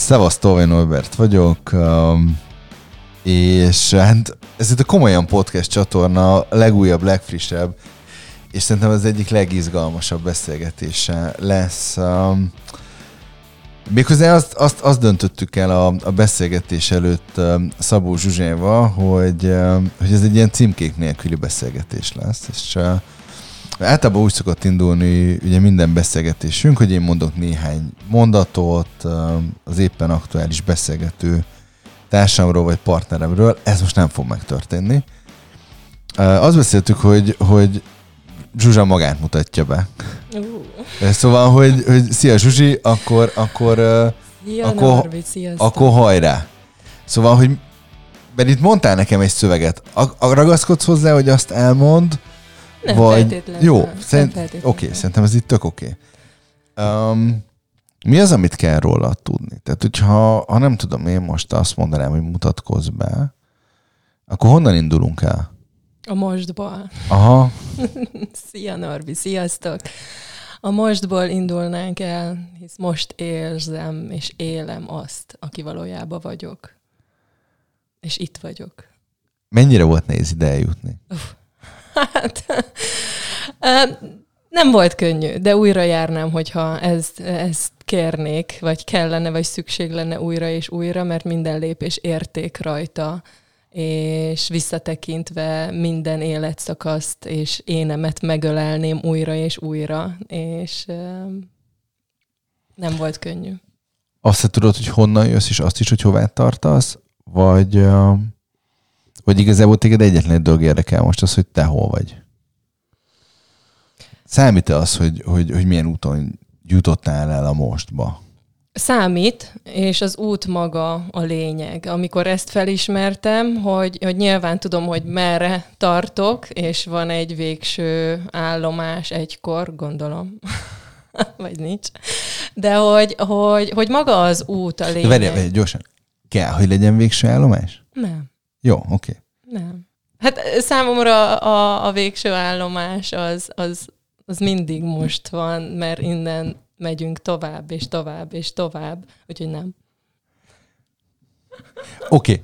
Szevasz, Tolvaj Norbert vagyok, és hát ez itt a Komolyan Podcast csatorna legújabb, legfrissebb, és szerintem az egyik legizgalmasabb beszélgetése lesz. Méghozzá azt döntöttük el a beszélgetés előtt Szabó Zsuzsával, hogy ez egy ilyen címkék nélküli beszélgetés lesz, és általában úgy szokott indulni ugye minden beszélgetésünk, hogy én mondok néhány mondatot az éppen aktuális beszélgető társamról vagy partneremről. Ez most nem fog megtörténni. Azt beszéltük, hogy Zsuzsa magát mutatja be. Szóval, hogy szia Zsuzsi, akkor hajrá. Szóval, hogy mert itt mondtál nekem egy szöveget. Ragaszkodsz hozzá, hogy azt elmond, nem vagy... feltétlenül. Jó, oké, szerintem ez itt tök oké. Mi az, amit kell róla tudni? Tehát, hogyha nem tudom, én most azt mondanám, hogy mutatkozz be, akkor honnan indulunk el? A mostból. Aha. Szia Norbi, sziasztok! A mostból indulnánk el, hisz most érzem és élem azt, aki valójában vagyok. És itt vagyok. Mennyire volt nehéz ide eljutni? Hát, nem volt könnyű, de újra járnám, hogyha ezt kérnék, vagy kellene, vagy szükség lenne újra és újra, mert minden lépés érték rajta, és visszatekintve minden életszakaszt és énemet megölelném újra és újra, és nem volt könnyű. Azt se tudod, hogy honnan jössz, és azt is, hogy hová tartasz, vagy igazából téged egyetlen egy dolog érdekel most az, hogy te hol vagy? Számít-e az, hogy milyen úton jutottál el a mostba? Számít, és az út maga a lényeg. Amikor ezt felismertem, hogy nyilván tudom, hogy merre tartok, és van egy végső állomás egykor, gondolom, vagy nincs, de hogy maga az út a lényeg. Várjál, gyorsan. Kell, hogy legyen végső állomás? Nem. Jó, oké. Nem. Hát számomra a végső állomás az mindig most van, mert innen megyünk tovább, és tovább, és tovább. Úgyhogy nem. Oké.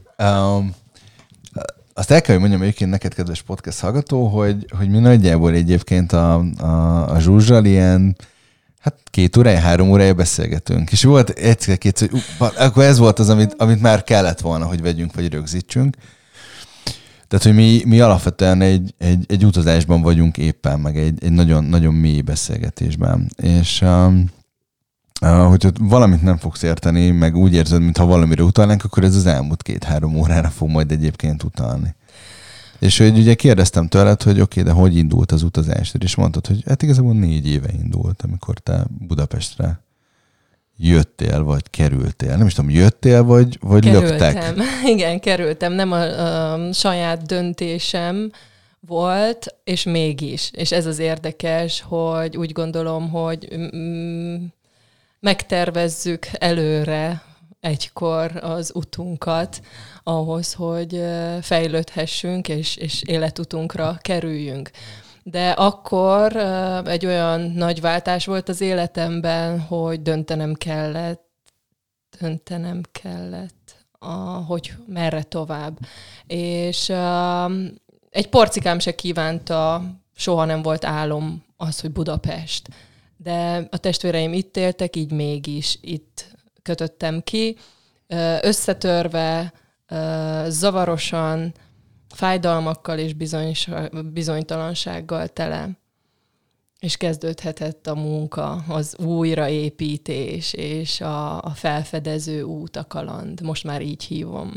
Azt el kell, hogy mondjam egyébként neked, kedves podcast hallgató, hogy mi nagyjából egyébként a Zsuzsal ilyen 2 órája, 3 órája beszélgetünk. És volt egyszer-kétszer, hogy akkor ez volt az, amit már kellett volna, hogy vegyünk, vagy rögzítsünk. Tehát, hogy mi alapvetően egy utazásban vagyunk éppen, meg egy nagyon, nagyon mély beszélgetésben. És hogyha valamit nem fogsz érteni, meg úgy érzed, mintha valamire utalnánk, akkor ez az elmúlt 2-3 órára fog majd egyébként utalni. És hogy ugye kérdeztem tőled, hogy oké, de hogy indult az utazás? És mondtad, hogy hát igazából 4 éve indult, amikor te Budapestre jöttél, vagy kerültél. Nem is tudom, jöttél, vagy löktek? Igen, kerültem. Nem a saját döntésem volt, és mégis. És ez az érdekes, hogy úgy gondolom, hogy megtervezzük előre egykor az utunkat ahhoz, hogy fejlődhessünk, és életutunkra kerüljünk. De akkor egy olyan nagy váltás volt az életemben, hogy döntenem kellett, hogy merre tovább. És egy porcikám se kívánta, soha nem volt álom az, hogy Budapest. De a testvéreim itt éltek, így mégis itt kötöttem ki, összetörve, zavarosan, fájdalmakkal és bizonytalansággal tele. És kezdődhetett a munka, az újraépítés és a felfedező út, a kaland. Most már így hívom.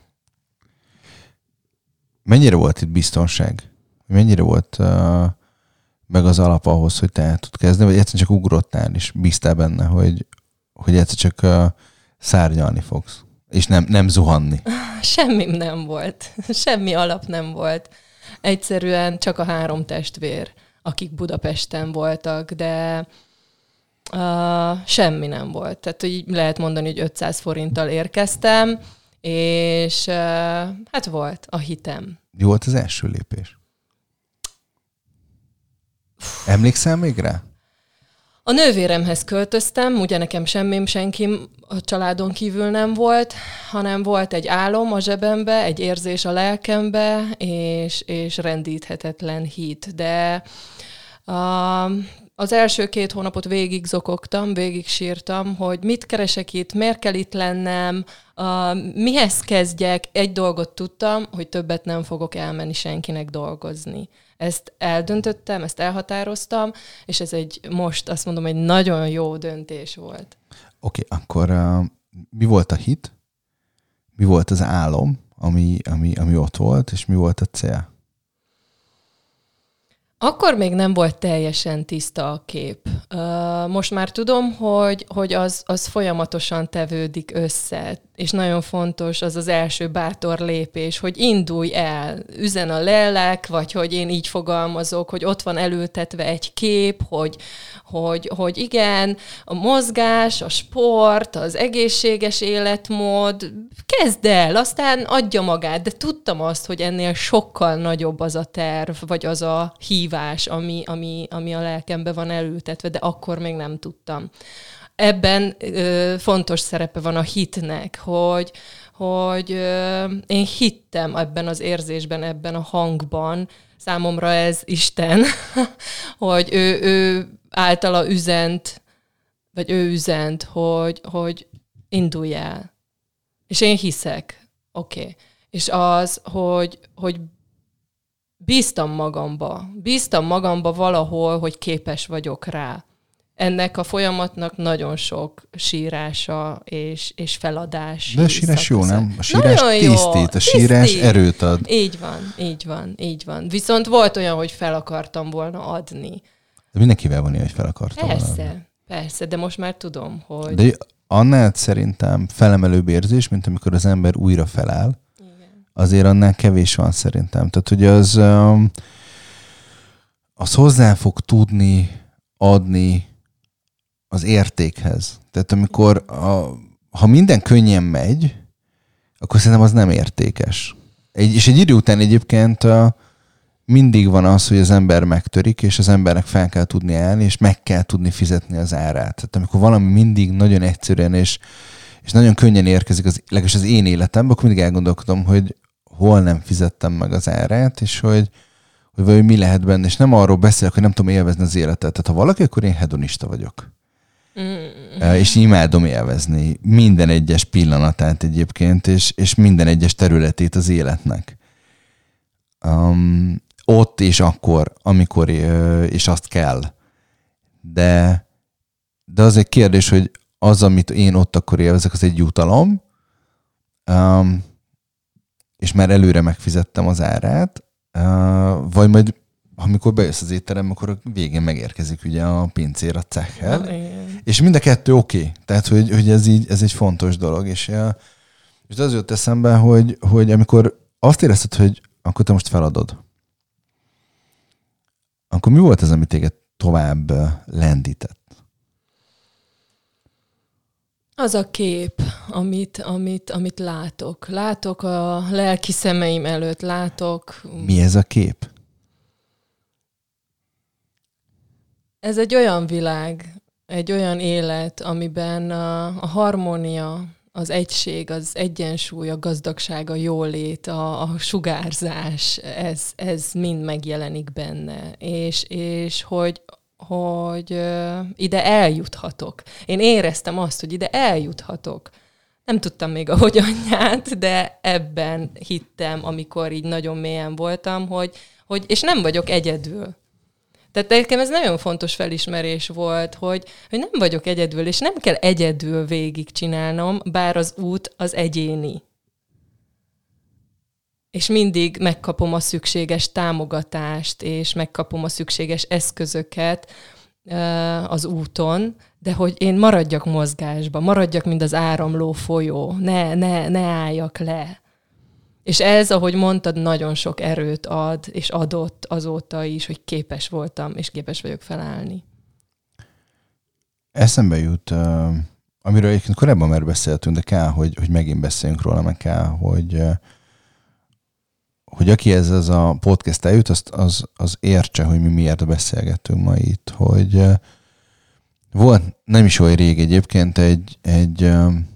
Mennyire volt itt biztonság? Mennyire volt meg az alap ahhoz, hogy te el tud kezdeni? Vagy egyszerűen csak ugrottál, és bíztál benne, hogy egyszer csak szárnyalni fogsz? És nem zuhanni? Semmim nem volt. Semmi alap nem volt. Egyszerűen csak a 3 testvér, akik Budapesten voltak, de semmi nem volt. Tehát hogy lehet mondani, hogy 500 forinttal érkeztem, és hát volt a hitem. Mi volt az első lépés? Emlékszel még rá? A nővéremhez költöztem, ugye nekem semmim, senkim a családon kívül nem volt, hanem volt egy álom a zsebembe, egy érzés a lelkembe, és rendíthetetlen hit. De az első 2 hónapot végig zokogtam, végig sírtam, hogy mit keresek itt, miért kell itt lennem, mihez kezdjek. Egy dolgot tudtam, hogy többet nem fogok elmenni senkinek dolgozni. Ezt eldöntöttem, ezt elhatároztam, és ez most azt mondom, egy nagyon jó döntés volt. Oké, akkor mi volt a hit? Mi volt az álom, ami ott volt, és mi volt a cél? Akkor még nem volt teljesen tiszta a kép. Most már tudom, hogy az folyamatosan tevődik össze, és nagyon fontos az első bátor lépés, hogy indulj el, üzen a lélek, vagy hogy én így fogalmazok, hogy ott van elültetve egy kép, hogy igen, a mozgás, a sport, az egészséges életmód, kezd el, aztán adja magát, de tudtam azt, hogy ennél sokkal nagyobb az a terv, vagy az a hívás, ami a lelkembe van elültetve, de akkor még nem tudtam. Ebben fontos szerepe van a hitnek, hogy én hittem ebben az érzésben, ebben a hangban, számomra ez Isten, hogy ő általa üzent, vagy ő üzent, hogy indulj el. És én hiszek. Oké. És az, hogy bíztam magamba valahol, hogy képes vagyok rá. Ennek a folyamatnak nagyon sok sírása és feladás. De a sírás jó, nem? A sírás tisztít, a sírás erőt ad. Így van. Viszont volt olyan, hogy fel akartam volna adni. De mindenkivel van ilyen, hogy fel akartam volna adni. Persze, de most már tudom, hogy... De annál szerintem felemelőbb érzés, mint amikor az ember újra feláll. Igen. Azért annál kevés van szerintem. Tehát, hogy az hozzá fog tudni adni az értékhez. Tehát amikor, ha minden könnyen megy, akkor szerintem az nem értékes. És egy idő után egyébként mindig van az, hogy az ember megtörik, és az embernek fel kell tudni állni, és meg kell tudni fizetni az árát. Tehát amikor valami mindig nagyon egyszerűen és nagyon könnyen érkezik, legalábbis az én életemben, akkor mindig elgondolkodom, hogy hol nem fizettem meg az árát, és hogy mi lehet benne. És nem arról beszélek, hogy nem tudom élvezni az életet. Tehát ha valaki, akkor én hedonista vagyok. És imádom élvezni minden egyes pillanatát egyébként, és minden egyes területét az életnek. Ott és akkor, amikor, és azt kell. De az egy kérdés, hogy az, amit én ott akkor élvezek, az egy jutalom, és már előre megfizettem az árát, vagy majd amikor bejössz az étterem, akkor a végén megérkezik ugye a pincér a cechhez. És mind a kettő oké. Tehát, hogy ez egy fontos dolog. És az jött eszembe, hogy amikor azt érezted, hogy akkor te most feladod, akkor mi volt az, amit téged tovább lendített? Az a kép, amit látok. Látok a lelki szemeim előtt, látok... Mi ez a kép? Ez egy olyan világ, egy olyan élet, amiben a harmónia, az egység, az egyensúly, a gazdagság, a jólét, a sugárzás, ez mind megjelenik benne. És hogy ide eljuthatok. Én éreztem azt, hogy ide eljuthatok. Nem tudtam még a hogyanját, de ebben hittem, amikor így nagyon mélyen voltam, hogy és nem vagyok egyedül. Tehát nekem ez nagyon fontos felismerés volt, hogy nem vagyok egyedül, és nem kell egyedül végigcsinálnom, bár az út az egyéni. És mindig megkapom a szükséges támogatást, és megkapom a szükséges eszközöket az úton, de hogy én maradjak mozgásba, maradjak, mint az áramló folyó, ne álljak le. És ez, ahogy mondtad, nagyon sok erőt ad, és adott azóta is, hogy képes voltam, és képes vagyok felállni. Eszembe jut, amiről egyébként korábban már beszéltünk, de kell, hogy megint beszéljünk róla, meg kell, hogy aki ez a podcast eljut, az értse, hogy mi miért beszélgetünk ma itt, hogy Volt nem is olyan rég egyébként egy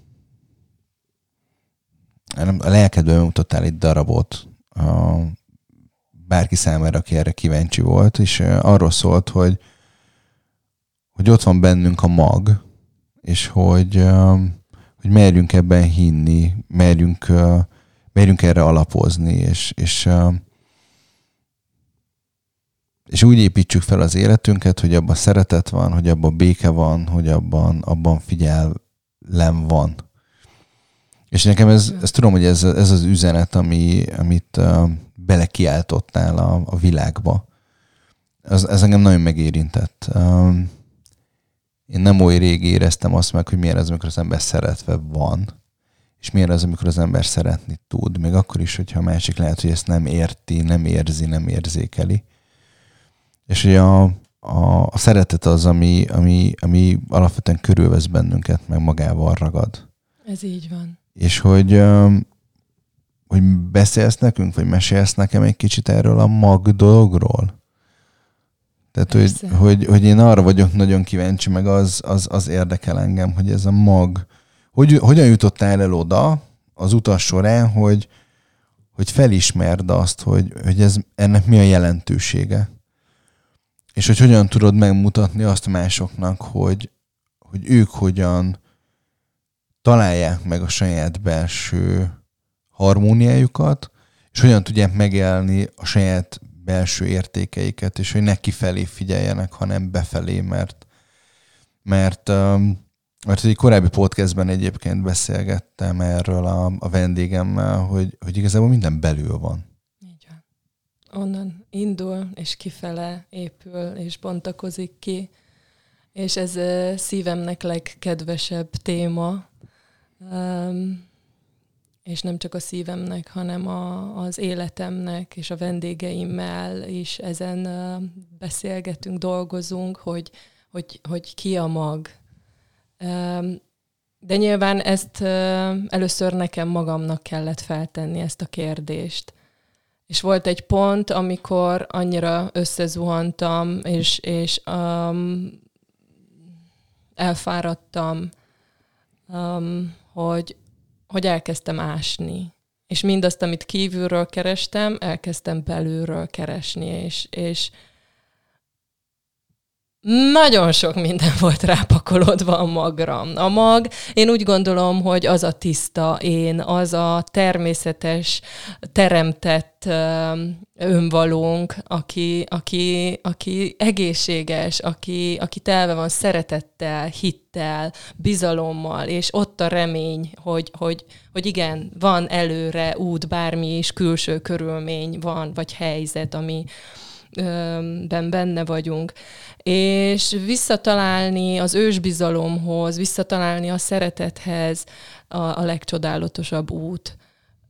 a lelkedben mutattál egy darabot bárki számára, aki erre kíváncsi volt, és arról szólt, hogy ott van bennünk a mag, és hogy merjünk ebben hinni, merjünk erre alapozni, és úgy építsük fel az életünket, hogy abban szeretet van, hogy abban béke van, hogy abban figyelem van. És nekem ez tudom, hogy ez az üzenet, amit belekiáltottál a világba. Ez engem nagyon megérintett. Én nem oly rég éreztem azt meg, hogy milyen az, amikor az ember szeretve van, és milyen az, amikor az ember szeretni tud. Még akkor is, hogyha a másik lehet, hogy ezt nem érti, nem érzi, nem érzékeli. És hogy a szeretet az, ami alapvetően körülvesz bennünket, meg magával ragad. Ez így van. És hogy beszélsz nekünk, vagy mesélsz nekem egy kicsit erről a mag dologról? Tehát, hogy én arra vagyok nagyon kíváncsi, meg az érdekel engem, hogy ez a mag, hogyan jutottál el oda az utas során, hogy felismerd azt, hogy ennek mi a jelentősége. És hogy hogyan tudod megmutatni azt másoknak, hogy ők hogyan találják meg a saját belső harmóniájukat, és hogyan tudják megélni a saját belső értékeiket, és hogy ne kifelé figyeljenek, hanem befelé, mert egy korábbi podcastben egyébként beszélgettem erről a vendégemmel, hogy igazából minden belül van. Így van. Onnan indul, és kifele épül, és bontakozik ki, és ez szívemnek legkedvesebb téma, és nem csak a szívemnek, hanem az életemnek és a vendégeimmel is ezen beszélgetünk, dolgozunk, hogy ki a mag. De nyilván ezt először nekem magamnak kellett feltenni ezt a kérdést. És volt egy pont, amikor annyira összezuhantam, és elfáradtam, hogy elkezdtem ásni. És mindazt, amit kívülről kerestem, elkezdtem belülről keresni, és nagyon sok minden volt rápakolódva a magra. A mag, én úgy gondolom, hogy az a tiszta én, az a természetes, teremtett önvalónk, aki egészséges, aki telve van szeretettel, hittel, bizalommal, és ott a remény, hogy igen, van előre út, bármi is külső körülmény van, vagy helyzet, ami benne vagyunk. És visszatalálni az ősbizalomhoz, visszatalálni a szeretethez a legcsodálatosabb út.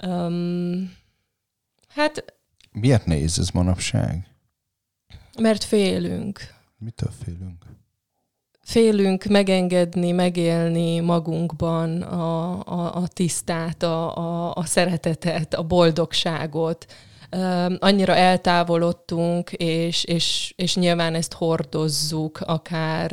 Miért nehéz ez manapság? Mert félünk. Mitől félünk? Félünk megengedni, megélni magunkban a tisztát, a szeretetet, a boldogságot. Annyira eltávolodtunk, és nyilván ezt hordozzuk, akár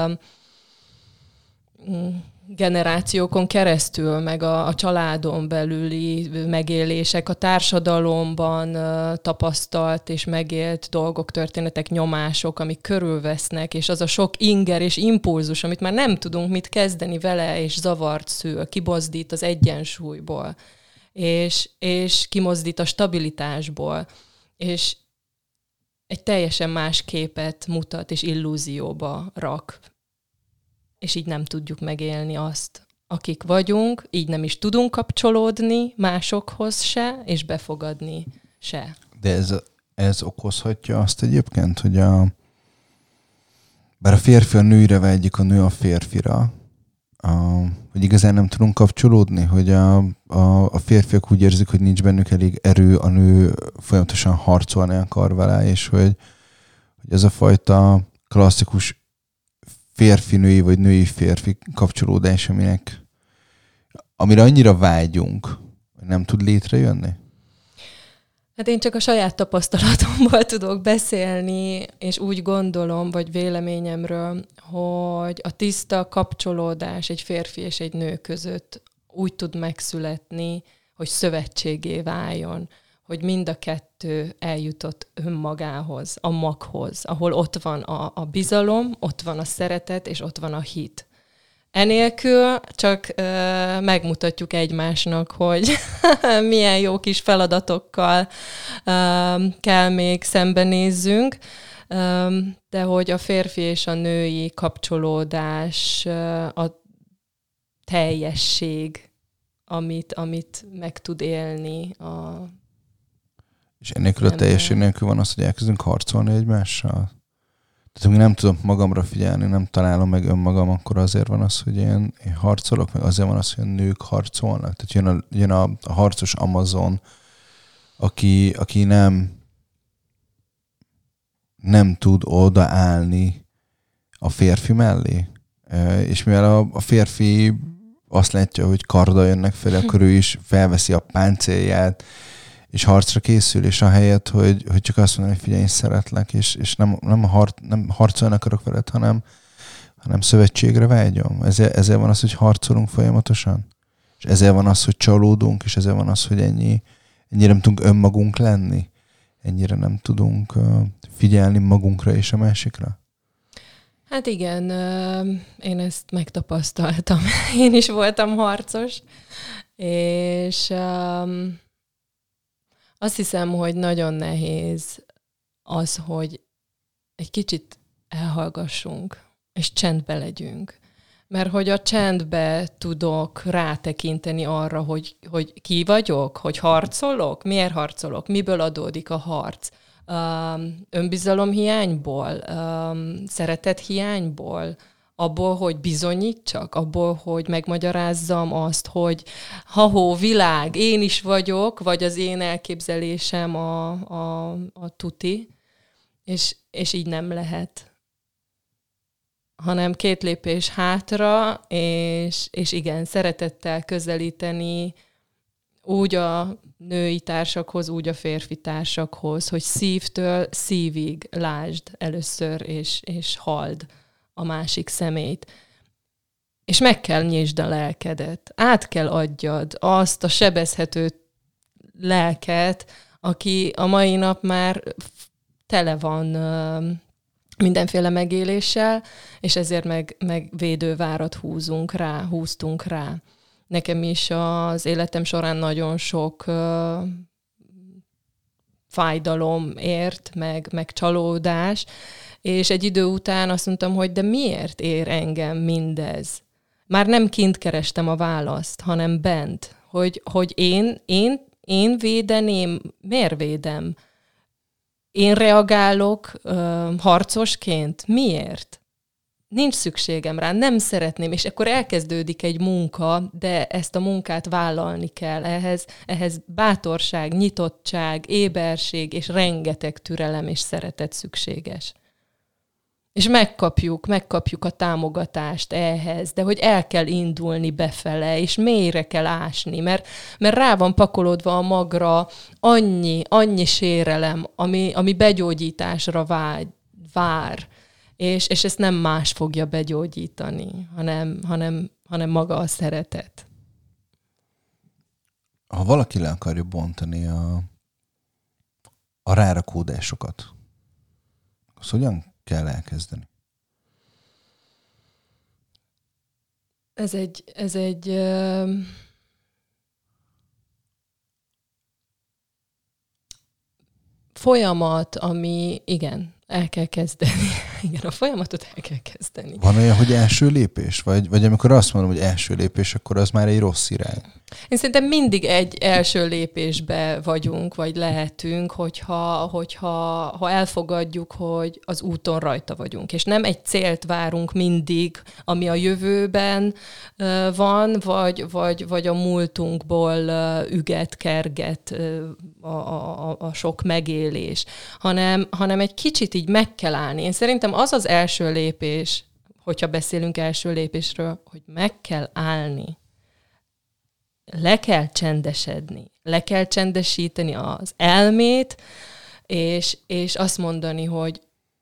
generációkon keresztül, meg a családon belüli megélések, a társadalomban tapasztalt és megélt dolgok, történetek, nyomások, amik körülvesznek, és az a sok inger és impulzus, amit már nem tudunk mit kezdeni vele, és zavart szül, kibozdít az egyensúlyból. És kimozdít a stabilitásból, és egy teljesen más képet mutat, és illúzióba rak. És így nem tudjuk megélni azt, akik vagyunk, így nem is tudunk kapcsolódni másokhoz se, és befogadni se. De ez okozhatja azt egyébként, hogy bár a férfi a nőre vágyik, a nő a férfira, hogy igazán nem tudunk kapcsolódni, hogy a férfiak úgy érzik, hogy nincs bennük elég erő, a nő folyamatosan harcolni akar vele, és hogy ez a fajta klasszikus férfi-női vagy női-férfi kapcsolódás, amire annyira vágyunk, hogy nem tud létrejönni? Hát én csak a saját tapasztalatomból tudok beszélni, és úgy gondolom, vagy véleményemről, hogy a tiszta kapcsolódás egy férfi és egy nő között úgy tud megszületni, hogy szövetségé váljon, hogy mind a kettő eljutott önmagához, a maghoz, ahol ott van a bizalom, ott van a szeretet, és ott van a hit. Enélkül csak megmutatjuk egymásnak, hogy milyen jó kis feladatokkal kell még szembenézzünk, de hogy a férfi és a női kapcsolódás a teljesség, amit meg tud élni. És ennélkül a teljesség nélkül van az, hogy elkezdünk harcolni egymással? Tehát, amíg nem tudom magamra figyelni, nem találom meg önmagam, akkor azért van az, hogy én harcolok, meg azért van az, hogy a nők harcolnak. Tehát jön a harcos Amazon, aki nem tud odaállni a férfi mellé. És mivel a férfi azt látja, hogy karddal jönnek fel, akkor ő is felveszi a páncélját, és harcra készül, és ahelyett, hogy csak azt mondani, hogy figyelj, én szeretlek, és nem harcolni akarok veled, hanem szövetségre vágyom. Ezért van az, hogy harcolunk folyamatosan. És ezért van az, hogy csalódunk, és ezért van az, hogy ennyire nem tudunk önmagunk lenni. Ennyire nem tudunk figyelni magunkra és a másikra. Hát igen, én ezt megtapasztaltam. Én is voltam harcos, és azt hiszem, hogy nagyon nehéz az, hogy egy kicsit elhallgassunk, és csendbe legyünk. Mert hogy a csendbe tudok rátekinteni arra, hogy ki vagyok, hogy harcolok, miért harcolok, miből adódik a harc. Önbizalom hiányból, szeretet hiányból, abból, hogy bizonyítsak, abból, hogy megmagyarázzam azt, hogy világ, én is vagyok, vagy az én elképzelésem a tuti, és így nem lehet. Hanem 2 lépés hátra, és igen, szeretettel közelíteni úgy a női társakhoz, úgy a férfi társakhoz, hogy szívtől szívig lásd először, és halld a másik szemét. És meg kell nyisd a lelkedet. Át kell adjad azt a sebezhető lelket, aki a mai nap már tele van mindenféle megéléssel, és ezért meg védővárat húztunk rá. Nekem is az életem során nagyon sok fájdalom ért, meg csalódás, és egy idő után azt mondtam, hogy de miért ér engem mindez? Már nem kint kerestem a választ, hanem bent, hogy én védeném, miért védem? Én reagálok harcosként, miért? Nincs szükségem rá, nem szeretném, és akkor elkezdődik egy munka, de ezt a munkát vállalni kell. Ehhez bátorság, nyitottság, éberség, és rengeteg türelem és szeretet szükséges. És megkapjuk a támogatást ehhez, de hogy el kell indulni befele, és mélyre kell ásni, mert rá van pakolódva a magra annyi sérelem, ami begyógyításra vár, és ezt nem más fogja begyógyítani, hanem maga a szeretet. Ha valaki le akarja bontani a rárakódásokat, az hogyan kell elkezdeni? Ez egy folyamat, ami igen, el kell kezdeni. Igen, a folyamatot el kell kezdeni. Van olyan, hogy első lépés? Vagy amikor azt mondom, hogy első lépés, akkor az már egy rossz irány? Én szerintem mindig egy első lépésbe vagyunk, vagy lehetünk, hogyha elfogadjuk, hogy az úton rajta vagyunk. És nem egy célt várunk mindig, ami a jövőben van, vagy a múltunkból üget, kerget a sok megélés, hanem egy kicsit így meg kell állni. Én szerintem az első lépés, hogyha beszélünk első lépésről, hogy meg kell állni. le kell csendesedni, le kell csendesíteni az elmét, és azt mondani, hogy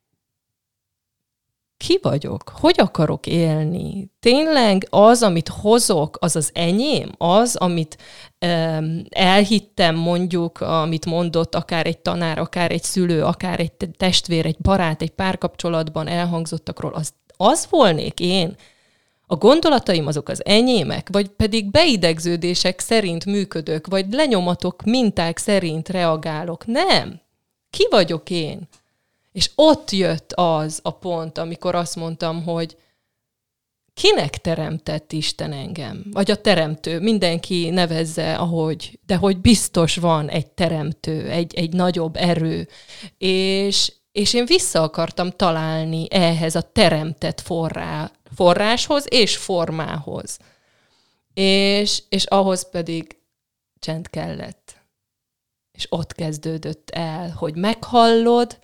ki vagyok? Hogy akarok élni? Tényleg az, amit hozok, az az enyém? Az, amit elhittem mondjuk, amit mondott akár egy tanár, akár egy szülő, akár egy testvér, egy barát, egy párkapcsolatban elhangzottakról, az volnék én? A gondolataim azok az enyémek, vagy pedig beidegződések szerint működök, vagy lenyomatok, minták szerint reagálok? Nem. Ki vagyok én? És ott jött az a pont, amikor azt mondtam, hogy kinek teremtett Isten engem? Vagy a teremtő, mindenki nevezze, ahogy, de hogy biztos van egy teremtő, egy nagyobb erő. És én vissza akartam találni ehhez a teremtett forráshoz és formához. És ahhoz pedig csend kellett. És ott kezdődött el, hogy meghallod,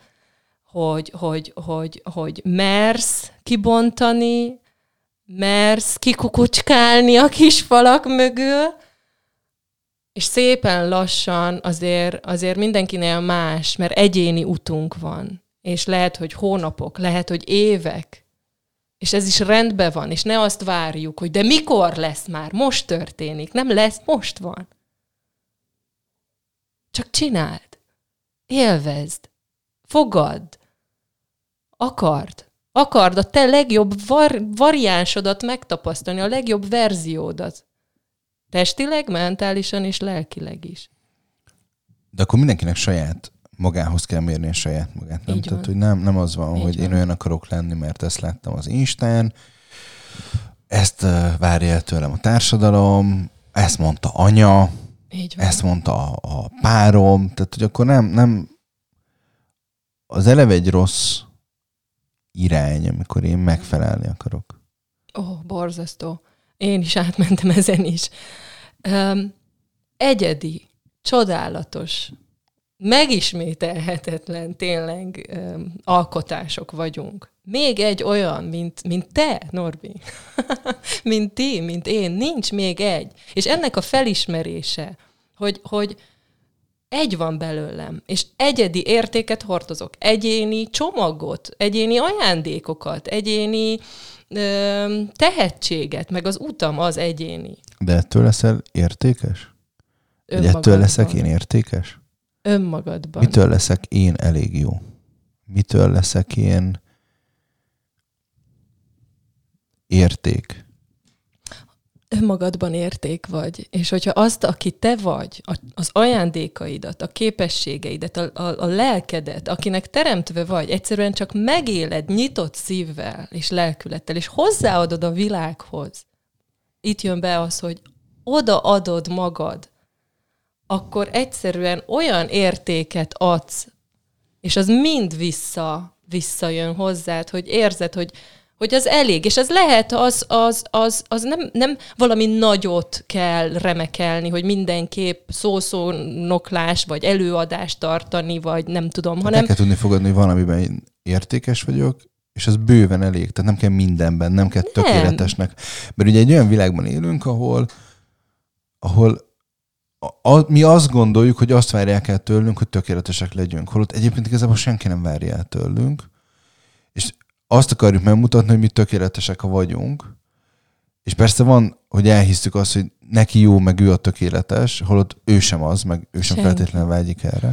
hogy mersz kibontani, mersz kikukucskálni a kis falak mögül, és szépen lassan azért mindenkinél más, mert egyéni utunk van. És lehet, hogy hónapok, lehet, hogy évek. És ez is rendben van, és ne azt várjuk, hogy de mikor lesz már, most történik. Nem lesz, most van. Csak csináld. Élvezd. Fogadd. Akard a te legjobb variánsodat megtapasztalni, a legjobb verziódat. Testileg, mentálisan és lelkileg is. De akkor mindenkinek saját magához kell mérni a saját magát. Nem? Tehát, hogy nem az van, így hogy van. Én olyan akarok lenni, mert ezt láttam az Instán, ezt várja el tőlem a társadalom, ezt mondta anya, ezt mondta a párom, tehát hogy akkor nem az eleve egy rossz irány, amikor én megfelelni akarok. Borzasztó. Én is átmentem ezen is. Egyedi, csodálatos, megismételhetetlen tényleg alkotások vagyunk. Még egy olyan, mint te, Norbi, mint ti, mint én, nincs még egy. És ennek a felismerése, hogy egy van belőlem, és egyedi értéket hordozok, egyéni csomagot, egyéni ajándékokat, egyéni tehetséget, meg az utam az egyéni. De ettől leszel értékes? Vagy ettől leszek én értékes? Önmagadban. Mitől leszek én elég jó? Mitől leszek én érték? Önmagadban érték vagy. És hogyha azt, aki te vagy, az ajándékaidat, a képességeidet, a lelkedet, akinek teremtve vagy, egyszerűen csak megéled nyitott szívvel és lelkülettel, és hozzáadod a világhoz. Itt jön be az, hogy odaadod magad, akkor egyszerűen olyan értéket adsz, és az mind visszajön hozzád, hogy érzed, hogy az elég, és ez lehet, az nem valami nagyot kell remekelni, hogy mindenképp szószónoklás, vagy előadást tartani, vagy nem tudom, hanem... El kell tudni fogadni, hogy valamiben én értékes vagyok, és az bőven elég, tehát nem kell mindenben, nem kell tökéletesnek. Mert ugye egy olyan világban élünk, ahol mi azt gondoljuk, hogy azt várják el tőlünk, hogy tökéletesek legyünk. Holott egyébként igazából senki nem várja el tőlünk, és azt akarjuk megmutatni, hogy mi tökéletesek, ha vagyunk. És persze van, hogy elhisztük azt, hogy neki jó, meg ő a tökéletes, holott ő sem az, meg ő sem feltétlenül vágyik erre.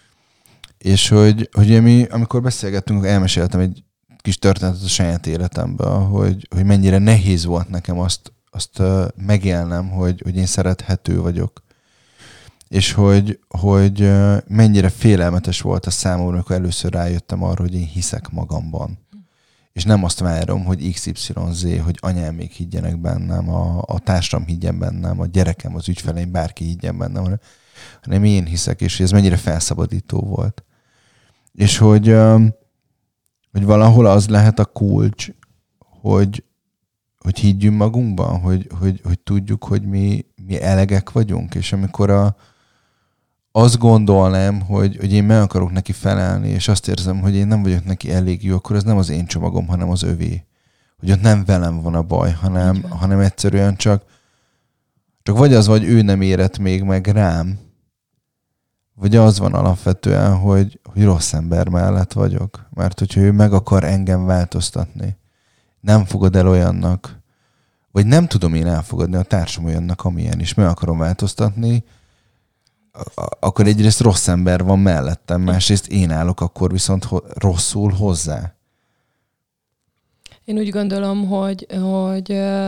És hogy mi, amikor beszélgettünk, elmeséltem egy kis történetet a saját életemben, hogy mennyire nehéz volt nekem azt megélnem, hogy én szerethető vagyok. És hogy mennyire félelmetes volt a számomra, amikor először rájöttem arra, hogy én hiszek magamban. És nem azt várom, hogy XYZ, hogy anyám még higgyenek bennem, a társam higgyen bennem, a gyerekem, az ügyfeleim, bárki higgyen bennem, hanem én hiszek, és hogy ez mennyire felszabadító volt. És hogy valahol az lehet a kulcs, hogy higgyünk magunkban, hogy tudjuk, hogy mi elegek vagyunk, és amikor azt gondolnám, hogy én meg akarok neki felelni, és azt érzem, hogy én nem vagyok neki elég jó, akkor ez nem az én csomagom, hanem az övé. Hogy ott nem velem van a baj, hanem egyszerűen csak Csak vagy az, vagy ő nem érett még meg rám, vagy az van alapvetően, hogy rossz ember mellett vagyok. Mert hogyha ő meg akar engem változtatni, nem fogad el olyannak, vagy nem tudom én elfogadni a társam olyannak, amilyen is meg akarom változtatni, akkor egyrészt rossz ember van mellettem, másrészt én állok akkor viszont rosszul hozzá. Én úgy gondolom, hogy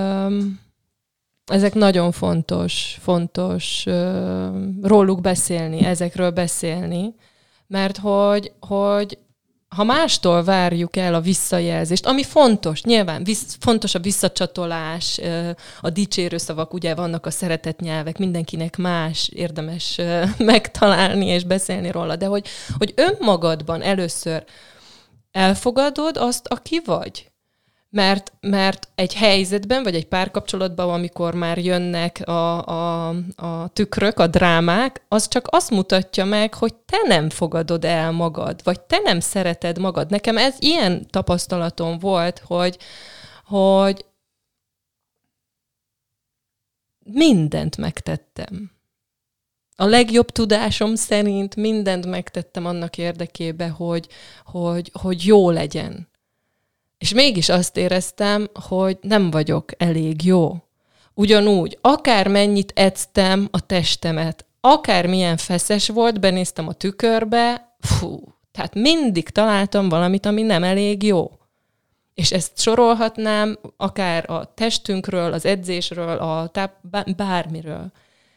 ezek nagyon fontos róluk beszélni, ezekről beszélni, mert hogy ha mástól várjuk el a visszajelzést, ami fontos, nyilván fontos a visszacsatolás, a dicsérő szavak, ugye vannak a szeretett nyelvek, mindenkinek más, érdemes megtalálni és beszélni róla, de hogy önmagadban először elfogadod azt, aki vagy. Mert egy helyzetben, vagy egy párkapcsolatban, amikor már jönnek a tükrök, a drámák, az csak azt mutatja meg, hogy te nem fogadod el magad, vagy te nem szereted magad. Nekem ez ilyen tapasztalatom volt, hogy mindent megtettem. A legjobb tudásom szerint mindent megtettem annak érdekében, hogy jó legyen. És mégis azt éreztem, hogy nem vagyok elég jó. Ugyanúgy, akármennyit edztem a testemet, akármilyen feszes volt, benéztem a tükörbe, tehát mindig találtam valamit, ami nem elég jó. És ezt sorolhatnám akár a testünkről, az edzésről, bármiről.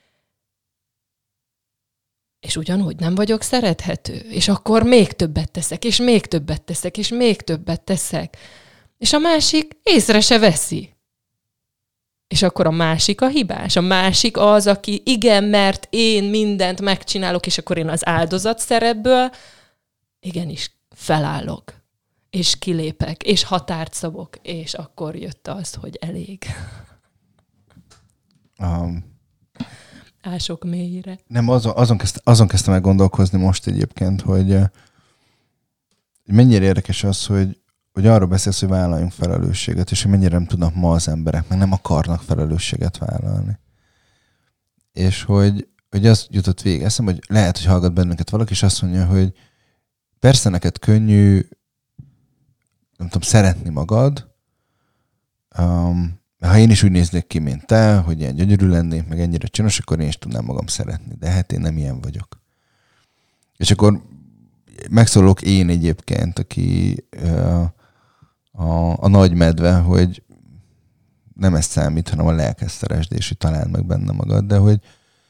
És ugyanúgy nem vagyok szerethető. És akkor még többet teszek, és még többet teszek, és még többet teszek. És a másik észre se veszi. És akkor a másik a hibás. A másik az, aki igen, mert én mindent megcsinálok, és akkor én az áldozat szerepből igenis felállok. És kilépek, és határt szabok. És akkor jött az, hogy elég. Ások mélyére. Nem, azon kezdtem el gondolkozni most egyébként, hogy mennyire érdekes az, hogy arról beszélsz, hogy vállaljunk felelősséget, és hogy mennyire nem tudnak ma az emberek, meg nem akarnak felelősséget vállalni. És hogy az jutott végig eszembe, hogy lehet, hogy hallgat bennünket valaki, és azt mondja, hogy persze neked könnyű, nem tudom, szeretni magad, ha én is úgy néznék ki, mint te, hogy ilyen gyönyörű lennék, meg ennyire csinos, akkor én is tudnám magam szeretni. De hát én nem ilyen vagyok. És megszólok én egyébként, aki a nagy medve, hogy nem ez számít, hanem a lelket szeresd, és hogy találd meg benne magad, de hogy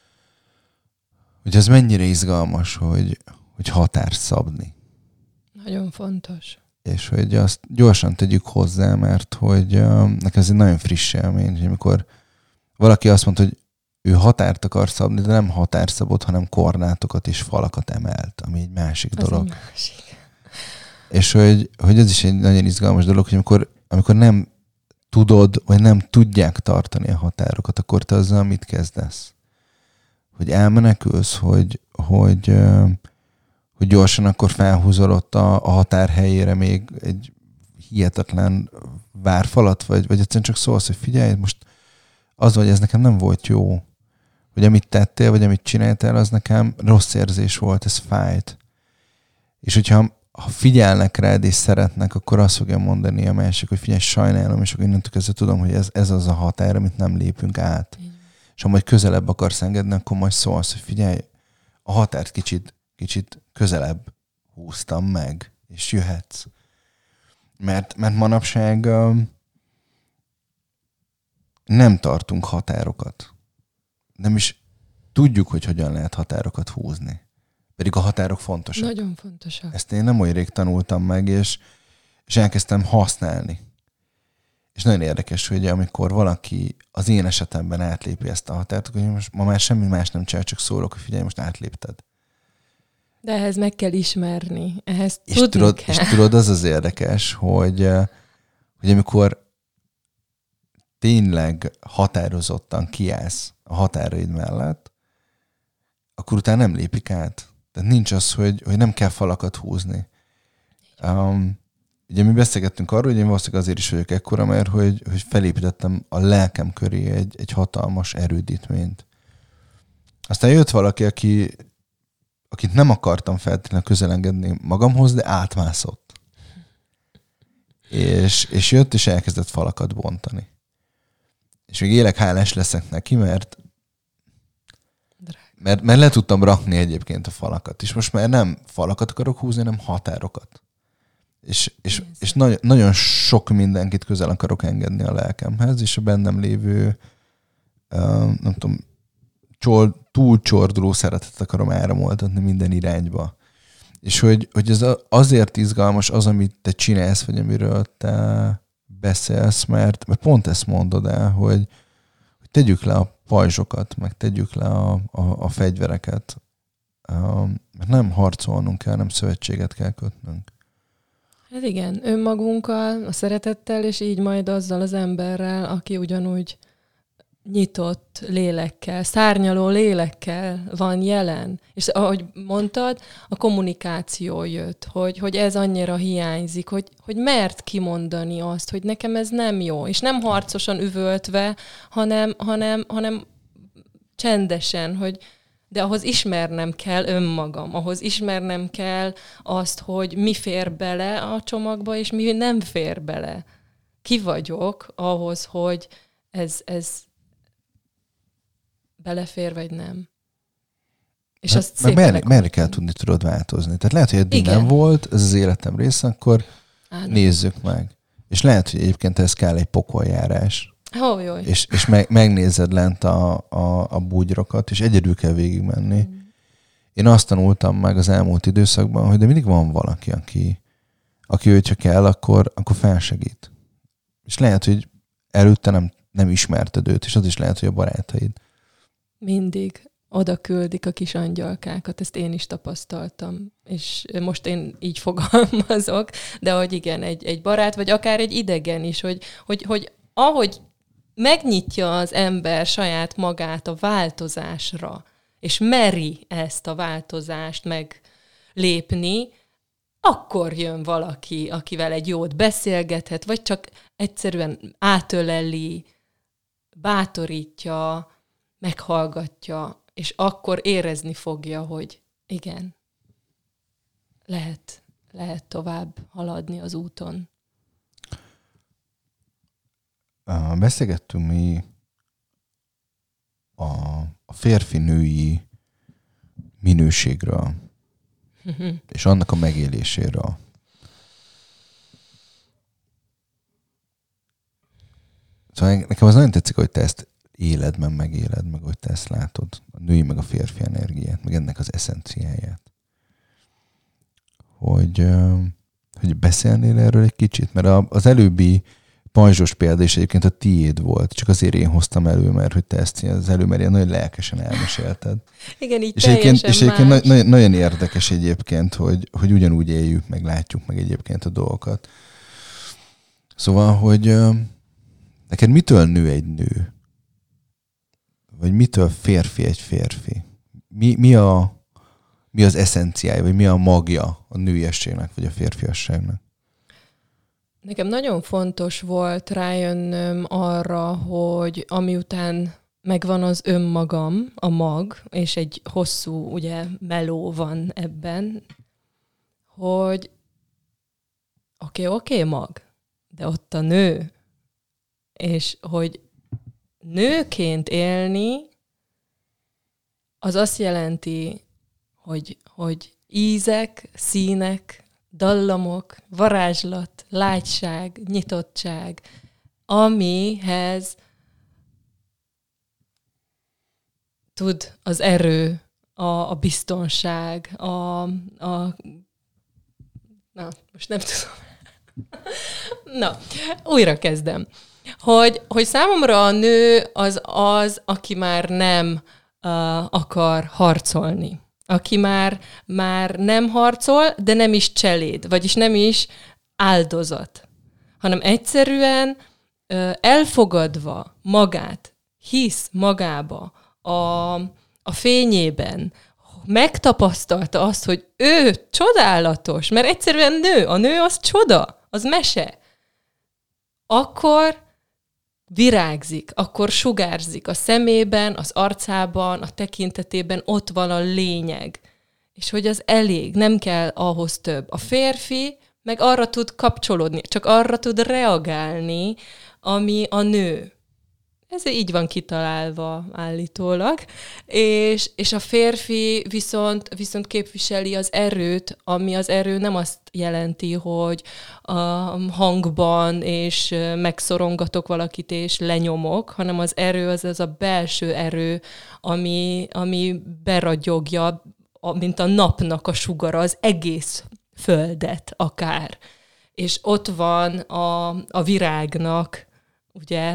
ez mennyire izgalmas, hogy határt szabni. Nagyon fontos. És hogy azt gyorsan tegyük hozzá, mert hogy nekem ez egy nagyon friss élmény, hogy amikor valaki azt mondta, hogy ő határt akar szabni, de nem határszabot, hanem korlátokat és falakat emelt, ami egy másik dolog. Egy másik. És hogy ez is egy nagyon izgalmas dolog, hogy amikor nem tudod, vagy nem tudják tartani a határokat, akkor te azzal mit kezdesz? Hogy elmenekülsz, hogy gyorsan akkor felhúzol ott a határ helyére még egy hihetetlen várfalat, vagy egyszerűen csak szólsz, hogy figyelj, most az vagy, ez nekem nem volt jó. Hogy amit tettél, vagy amit csináltál, az nekem rossz érzés volt, ez fájt. És hogyha figyelnek rád és szeretnek, akkor azt fogja mondani a másik, hogy figyelj, sajnálom, és akkor innentől kezdve tudom, hogy ez az a határ, amit nem lépünk át. És ha majd közelebb akarsz engedni, akkor majd szólsz, hogy figyelj, a határt kicsit közelebb húztam meg, és jöhetsz. Mert manapság nem tartunk határokat. Nem is tudjuk, hogy hogyan lehet határokat húzni. Pedig a határok fontosak. Nagyon fontosak. Ezt én nem olyan rég tanultam meg, és elkezdtem használni. És nagyon érdekes, hogy amikor valaki az én esetemben átlépi ezt a határt, akkor most ma már semmi más nem csinál, csak szólok, hogy figyelj, most átlépted. De ehhez meg kell ismerni. Ehhez tudni kell. És tudod, az érdekes, hogy amikor tényleg határozottan kiállsz a határaid mellett, akkor utána nem lépik át. Tehát nincs az, hogy nem kell falakat húzni. ugye mi beszélgettünk arról, hogy én valószínűleg azért is vagyok ekkora, mert hogy felépítettem a lelkem köré egy hatalmas erődítményt. Aztán jött valaki, akit nem akartam feltétlenül közelengedni magamhoz, de átmászott. És jött, és elkezdett falakat bontani. És még élek hálás leszek neki, mert le tudtam rakni egyébként a falakat. És most már nem falakat akarok húzni, hanem határokat. És nagyon sok mindenkit közel akarok engedni a lelkemhez, és a bennem lévő nem tudom, túlcsorduló szeretetet akarom áramoltatni minden irányba. És hogy ez azért izgalmas az, amit te csinálsz, vagy amiről te beszélsz, mert pont ezt mondod el, hogy tegyük le a pajzsokat, meg tegyük le a fegyvereket. Mert nem harcolnunk kell, nem szövetséget kell kötnünk. Hát igen, önmagunkkal, a szeretettel, és így majd azzal az emberrel, aki ugyanúgy nyitott lélekkel, szárnyaló lélekkel van jelen. És ahogy mondtad, a kommunikáció jött, hogy ez annyira hiányzik, hogy mert kimondani azt, hogy nekem ez nem jó. És nem harcosan üvöltve, hanem csendesen, de ahhoz ismernem kell önmagam, ahhoz ismernem kell azt, hogy mi fér bele a csomagba, és mi nem fér bele. Ki vagyok ahhoz, hogy ez belefér, vagy nem. És azt szépen merre kell tudni, tudod változni. Tehát lehet, hogy eddig nem volt, ez az életem része, akkor nézzük meg. És lehet, hogy egyébként ez kell egy pokoljárás. És megnézed lent a bugyrokat, és egyedül kell végigmenni. Én azt tanultam meg az elmúlt időszakban, hogy de mindig van valaki, aki ő csak kell, akkor felsegít. És lehet, hogy előtte nem ismerted őt, és az is lehet, hogy a barátaid. Mindig oda küldik a kis angyalkákat, ezt én is tapasztaltam, és most én így fogalmazok, de hogy igen, egy barát, vagy akár egy idegen is, hogy ahogy megnyitja az ember saját magát a változásra, és meri ezt a változást meglépni, akkor jön valaki, akivel egy jót beszélgethet, vagy csak egyszerűen átöleli, bátorítja, meghallgatja, és akkor érezni fogja, hogy igen, lehet tovább haladni az úton. Beszélgettünk mi a férfi-női minőségről, és annak a megéléséről. Szóval nekem az nagyon tetszik, hogy te ezt éled, megéled, meg hogy te ezt látod. A női meg a férfi energiát, meg ennek az eszenciáját. Hogy beszélnél erről egy kicsit, mert az előbbi pajzsos példa is egyébként a tiéd volt, csak azért én hoztam elő, mert hogy te ezt az elő, mert ilyen nagyon lelkesen elmesélted. Igen, így és egyébként nagyon érdekes egyébként, hogy ugyanúgy éljük, meg látjuk meg egyébként a dolgokat. Szóval, hogy neked mitől nő egy nő? Vagy mitől férfi egy férfi? Mi az eszenciája, vagy mi a magja a nőiességnek, vagy a férfiasságnak? Nekem nagyon fontos volt rájönnöm arra, hogy amiután megvan az önmagam, a mag, és egy hosszú, ugye, meló van ebben, hogy oké, mag, de ott a nő, és hogy nőként élni, az azt jelenti, hogy ízek, színek, dallamok, varázslat, lágyság, nyitottság, amihez tud az erő, a biztonság, na, most nem tudom. Na, újra kezdem. Hogy számomra a nő az, aki már nem akar harcolni. Aki már nem harcol, de nem is cseléd, vagyis nem is áldozat, hanem egyszerűen elfogadva magát, hisz magába, a fényében, megtapasztalta azt, hogy ő csodálatos, mert egyszerűen nő, a nő az csoda, az mese. Akkor virágzik, akkor sugárzik a szemében, az arcában, a tekintetében, ott van a lényeg. És hogy az elég, nem kell ahhoz több. A férfi meg arra tud kapcsolódni, csak arra tud reagálni, ami a nő. Ez így van kitalálva állítólag. És a férfi viszont képviseli az erőt, ami az erő nem azt jelenti, hogy a hangban és megszorongatok valakit és lenyomok, hanem az erő az a belső erő, ami beragyogja, mint a napnak a sugara, az egész földet akár. És ott van a virágnak, ugye,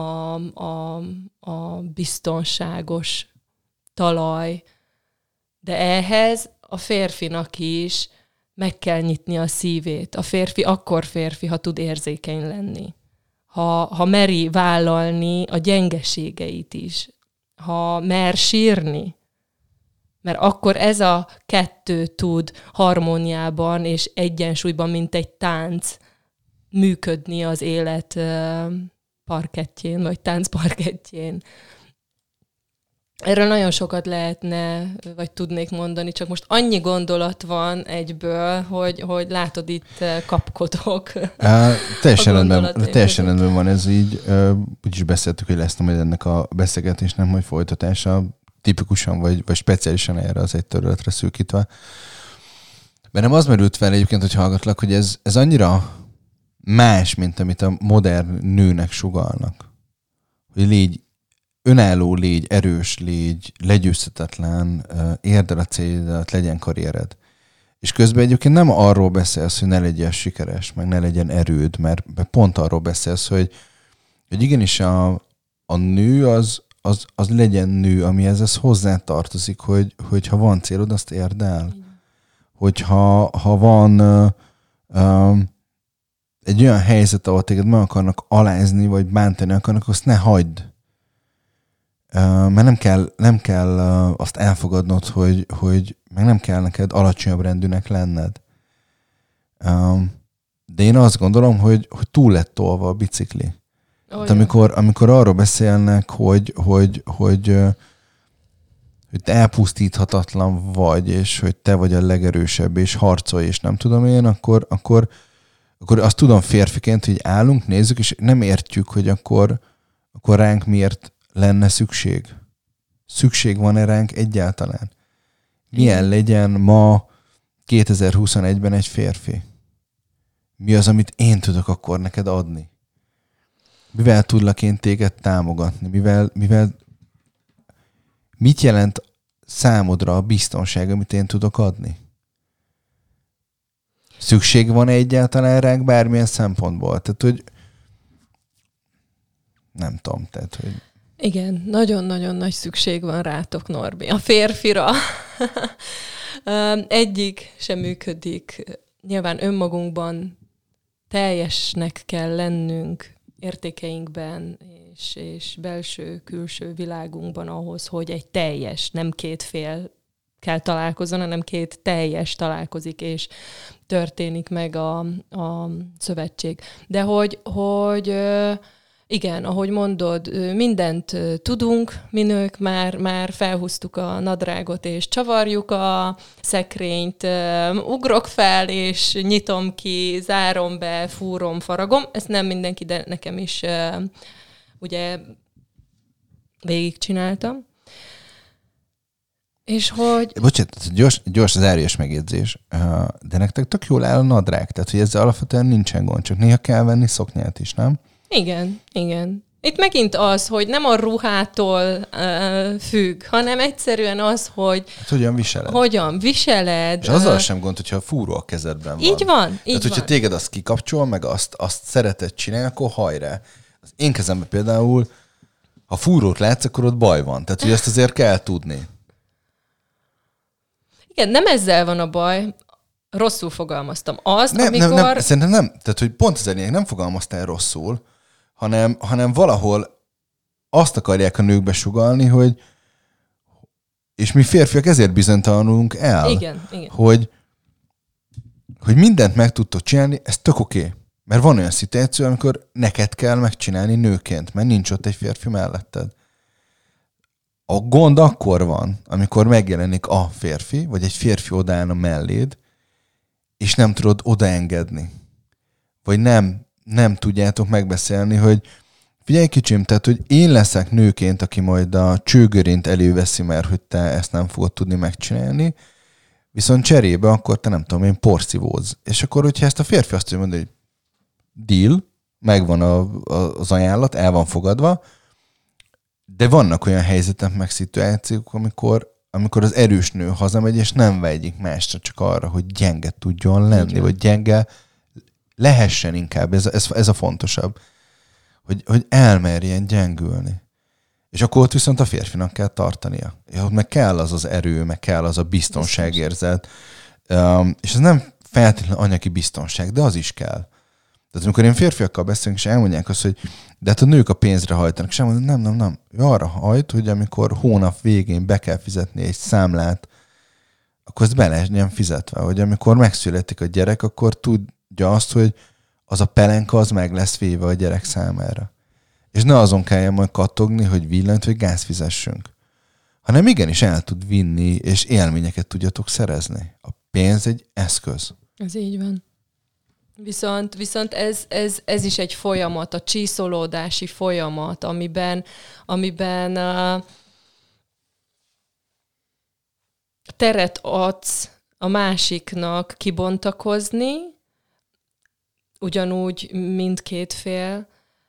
a biztonságos talaj. De ehhez a férfinak is meg kell nyitni a szívét. A férfi akkor férfi, ha tud érzékeny lenni. Ha meri vállalni a gyengeségeit is. Ha mer sírni. Mert akkor ez a kettő tud harmóniában és egyensúlyban, mint egy tánc működni az élet parkettjén, vagy táncparkettjén. Erről nagyon sokat lehetne, vagy tudnék mondani, csak most annyi gondolat van egyből, hogy látod, itt kapkodok. Teljesen rendben van ez így. Úgyis beszéltük, hogy lesz majd ennek a beszélgetésnek majd folytatása, tipikusan vagy speciálisan erre az egy területre szűkítve. Bennem az merült fel egyébként, hogy hallgatlak, hogy ez annyira más, mint amit a modern nőnek sugallnak. Hogy légy önálló, légy erős, légy legyőzhetetlen, érd el a célodat, legyen karriered. És közben egyébként nem arról beszélsz, hogy ne legyen sikeres, meg ne legyen erőd, mert pont arról beszélsz, hogy igenis a nő az legyen nő, amihez ez hozzá tartozik, hogy ha van célod, azt érd el. Hogyha van egy olyan helyzet, ahol téged meg akarnak alázni, vagy bántani akarnak, azt ne hagyd. Mert nem kell azt elfogadnod, hogy meg nem kell neked alacsonyabb rendűnek lenned. De én azt gondolom, hogy túl lett tolva a bicikli. Hát amikor arról beszélnek, hogy te elpusztíthatatlan vagy, és hogy te vagy a legerősebb, és harcolj, és nem tudom én, akkor azt tudom férfiként, hogy állunk, nézzük, és nem értjük, hogy akkor ránk miért lenne szükség. Szükség van-e ránk egyáltalán? Milyen legyen ma 2021-ben egy férfi? Mi az, amit én tudok akkor neked adni? Mivel tudlak én téged támogatni? Mit jelent számodra a biztonság, amit én tudok adni? Szükség van egyáltalán ránk bármilyen szempontból? Tehát, hogy nem tudom, tehát, hogy... Igen, nagyon-nagyon nagy szükség van rátok, Norbi. A férfira. Egyik sem működik. Nyilván önmagunkban teljesnek kell lennünk értékeinkben és belső-külső világunkban ahhoz, hogy egy teljes, nem két fél kell találkozzon, hanem két teljes találkozik, és történik meg a szövetség. De hogy igen, ahogy mondod, mindent tudunk, mi nők már felhúztuk a nadrágot, és csavarjuk a szekrényt, ugrok fel, és nyitom ki, zárom be, fúrom, faragom. Ezt nem mindenki, de nekem is ugye végigcsináltam. És hogy... Bocsánat, gyors az zárójeles megjegyzés, de nektek tök jól áll a nadrág, tehát hogy ezzel alapvetően nincsen gond, csak néha kell venni szoknyát is, nem? Igen. Itt megint az, hogy nem a ruhától függ, hanem egyszerűen az, hogy... Hát hogyan viseled. És azzal sem gond, hogyha a fúró a kezedben van. Így van. Tehát, hogyha téged azt kikapcsol, meg azt szereted csinálni, akkor hajrá. Az én kezemben például, ha fúrót látsz, akkor ott baj van. Tehát, hogy ezt azért kell tudni. Igen, nem ezzel van a baj. Rosszul fogalmaztam. Nem, szerintem nem. Tehát, hogy pont az lényeg, nem fogalmaztál rosszul, hanem valahol azt akarják a nőkbe sugallni, hogy és mi férfiak ezért bizonytalanulunk el, igen. hogy mindent meg tudtok csinálni, ez tök oké. Mert van olyan szituáció, amikor neked kell megcsinálni nőként, mert nincs ott egy férfi melletted. A gond akkor van, amikor megjelenik a férfi, vagy egy férfi odaállna melléd, és nem tudod odaengedni. Vagy nem tudjátok megbeszélni, hogy figyelj kicsim, tehát, hogy én leszek nőként, aki majd a csőgörént előveszi, mert hogy te ezt nem fogod tudni megcsinálni, viszont cserébe akkor te nem tudom én porszívódsz. És akkor, hogyha ezt a férfi azt mondja, hogy deal, megvan az ajánlat, el van fogadva, de vannak olyan helyzetek, meg szituációk, amikor az erős nő hazamegy, és nem vágyik másra, csak arra, hogy gyenge tudjon lenni, vagy gyenge lehessen inkább. Ez a fontosabb. Hogy elmerjen gyengülni. És akkor ott viszont a férfinak kell tartania. Ott meg kell az erő, meg kell az a biztonságérzet. És ez nem feltétlenül anyagi biztonság, de az is kell. Tehát amikor én férfiakkal beszélünk, és elmondják azt, hogy de hát a nők a pénzre hajtanak, és elmondják, nem. Ő arra hajt, hogy amikor hónap végén be kell fizetni egy számlát, akkor ezt be legyen fizetve. Hogy amikor megszületik a gyerek, akkor tudja azt, hogy az a pelenka az meg lesz véve a gyerek számára. És ne azon kelljen majd kattogni, hogy villanyt vagy gáz fizessünk. Hanem igenis el tud vinni, és élményeket tudjatok szerezni. A pénz egy eszköz. Ez így van. Viszont ez is egy folyamat, a csiszolódási folyamat, amiben teret adsz a másiknak kibontakozni, ugyanúgy mindkét fél,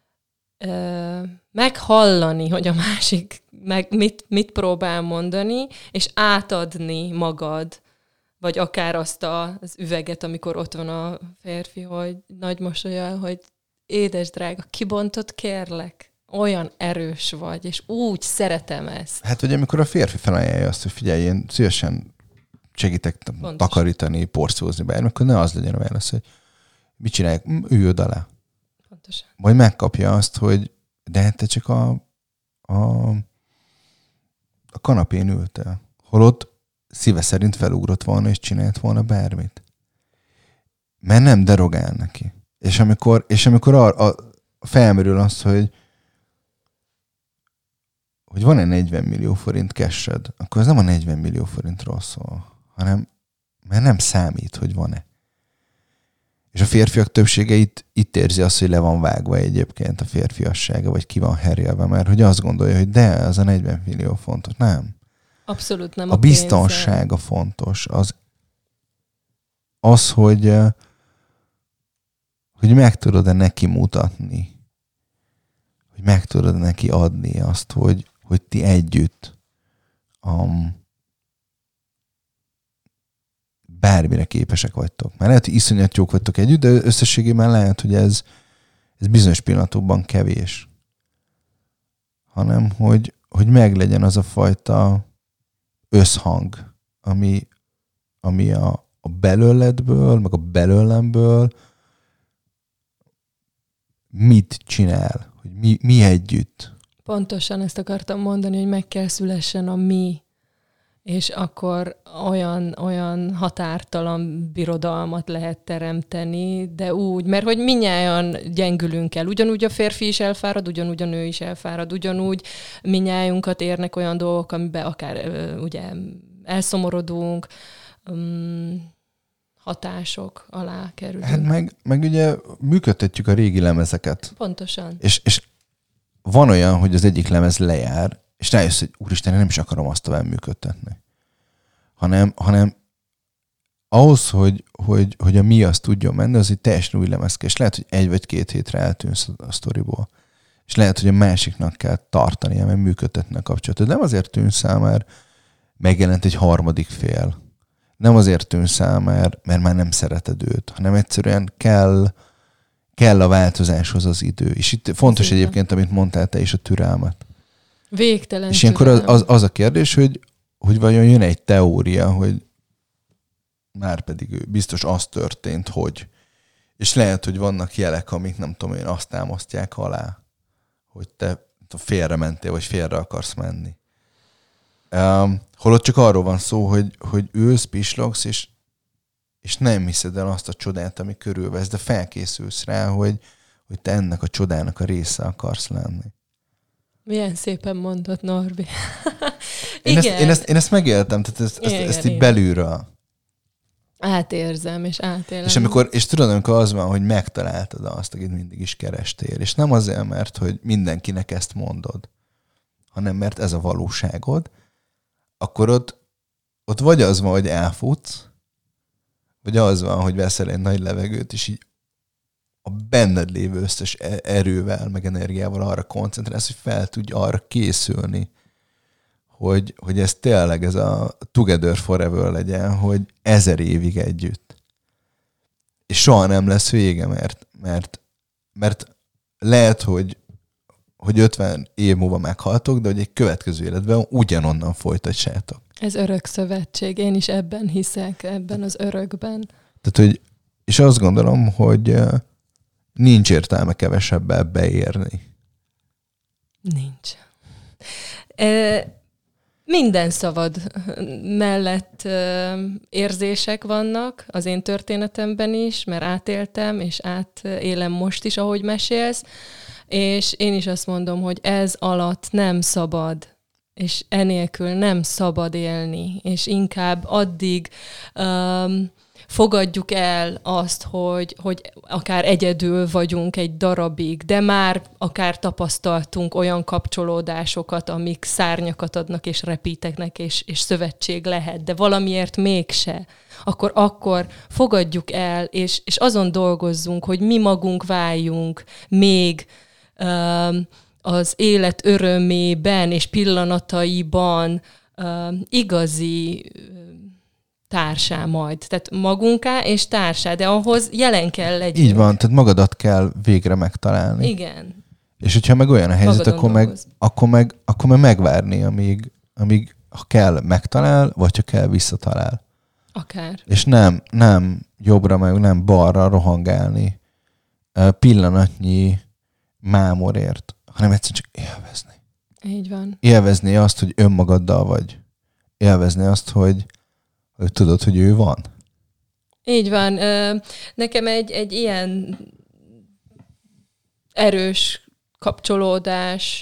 meghallani, hogy a másik mit próbál mondani, és átadni magad, vagy akár azt az üveget, amikor ott van a férfi, hogy nagy mosollyal, hogy édes drága, kibontott kérlek, olyan erős vagy, és úgy szeretem ezt. Hát, hogy amikor a férfi felajánlja azt, hogy figyelj, én szívesen segítek takarítani, porszózni bármi, akkor ne az legyen a válasz, hogy mit csinálják, üljön alá. Pontosan. Majd megkapja azt, hogy de hát te csak a kanapén ültél. Holott szíve szerint felugrott volna, és csinált volna bármit. Mert nem derogál neki. És amikor felmerül az, hogy van-e 40 millió forint cash-ed, akkor ez nem a 40 millió forintról szól, hanem mert nem számít, hogy van-e. És a férfiak többsége itt érzi azt, hogy le van vágva egyébként a férfiassága, vagy ki van herélve, mert hogy azt gondolja, hogy de, az a 40 millió fontos. Nem. Abszolút nem a biztonsága fontos. Az hogy meg tudod-e neki mutatni, hogy meg tudod neki adni azt, hogy ti együtt bármire képesek vagytok. Mert lehet, hogy iszonyat jók vagytok együtt, de összességében lehet, hogy ez bizonyos pillanatokban kevés. Hanem, hogy meglegyen az a fajta összhang, ami a belőledből, meg a belőlemből mit csinál, hogy mi együtt. Pontosan ezt akartam mondani, hogy meg kell szülessen a mi, és akkor olyan határtalan birodalmat lehet teremteni, de úgy, mert hogy minnyáján gyengülünk el. Ugyanúgy a férfi is elfárad, ugyanúgy a nő is elfárad, ugyanúgy minnyájunkat érnek olyan dolgok, amiben akár ugye elszomorodunk, hatások alá kerülünk. Hát meg ugye működtetjük a régi lemezeket. Pontosan. És van olyan, hogy az egyik lemez lejár, és rájössz, hogy úristen, én nem is akarom azt tovább működtetni. Hanem ahhoz, hogy a mi azt tudjon menni, az egy teljesen új lemez kell. És lehet, hogy 1 vagy 2 hétre eltűnsz a sztoriból. És lehet, hogy a másiknak kell tartania, mert működtetni a kapcsolatot. Nem azért tűnsz el, mert megjelent egy harmadik fél. Nem azért tűnsz el, mert már nem szereted őt, hanem egyszerűen kell a változáshoz az idő. És itt fontos egyébként, amit mondtál te is, a türelmet. Végtelen. És ilyenkor az a kérdés, hogy vajon jön egy teória, hogy már pedig ő biztos az történt, hogy. És lehet, hogy vannak jelek, amik nem tudom én, azt támasztják alá, hogy te félre mentél, vagy félre akarsz menni. Holott csak arról van szó, hogy ülsz, pislogsz, és és nem hiszed el azt a csodát, ami körülvesz, de felkészülsz rá, hogy te ennek a csodának a része akarsz lenni. Milyen szépen mondott, Norbi. Én ezt megéltem, tehát ezt így belülről. Átérzem, és átélem. És tudod, amikor az van, hogy megtaláltad azt, akit mindig is kerestél, és nem azért, mert hogy mindenkinek ezt mondod, hanem mert ez a valóságod, akkor ott vagy az van, hogy elfutsz, vagy az van, hogy veszel egy nagy levegőt, és így a benned lévő összes erővel, meg energiával arra koncentrálsz, hogy fel tudj arra készülni, hogy ez tényleg ez a Together Forever legyen, hogy 1000 évig együtt. És soha nem lesz vége, mert lehet, hogy 50 év múlva meghaltok, de hogy egy következő életben ugyanonnan folytatsátok. Ez örök szövetség. Én is ebben hiszek, ebben az örökben. Tehát, hogy, és azt gondolom, hogy nincs értelme kevesebbel beérni. Nincs. Minden szavad mellett érzések vannak az én történetemben is, mert átéltem, és átélem most is, ahogy mesélsz, és én is azt mondom, hogy ez alatt nem szabad, és enélkül nem szabad élni, és inkább addig fogadjuk el azt, hogy akár egyedül vagyunk egy darabig, de már akár tapasztaltunk olyan kapcsolódásokat, amik szárnyakat adnak és repíteknek, és szövetség lehet, de valamiért mégse. Akkor fogadjuk el, és azon dolgozzunk, hogy mi magunk váljunk még az élet örömében és pillanataiban igazi társá majd. Tehát magunká és társá, de ahhoz jelen kell legyünk. Így van, tehát magadat kell végre megtalálni. Igen. És hogyha meg olyan a helyzet, akkor meg megvárni, amíg ha kell, megtalál, vagy ha kell, visszatalál. Akár. És nem jobbra, meg nem balra rohangálni pillanatnyi mámorért, hanem egyszerűen csak élvezni. Így van. Élvezni azt, hogy önmagaddal vagy. Élvezni azt, hogy tudod, hogy ő van. Így van. Nekem egy ilyen erős kapcsolódás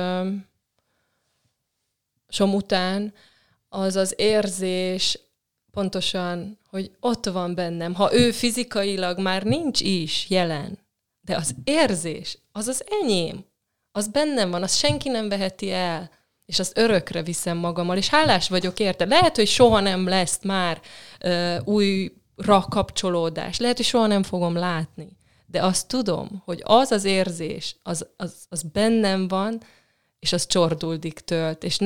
után az az érzés pontosan, hogy ott van bennem. Ha ő fizikailag már nincs is jelen, de az érzés, az az enyém, az bennem van, azt senki nem veheti el, és azt örökre viszem magammal, és hálás vagyok érte. Lehet, hogy soha nem lesz már újra kapcsolódás, lehet, hogy soha nem fogom látni, de azt tudom, hogy az érzés, az bennem van, és az csorduldig tölt, és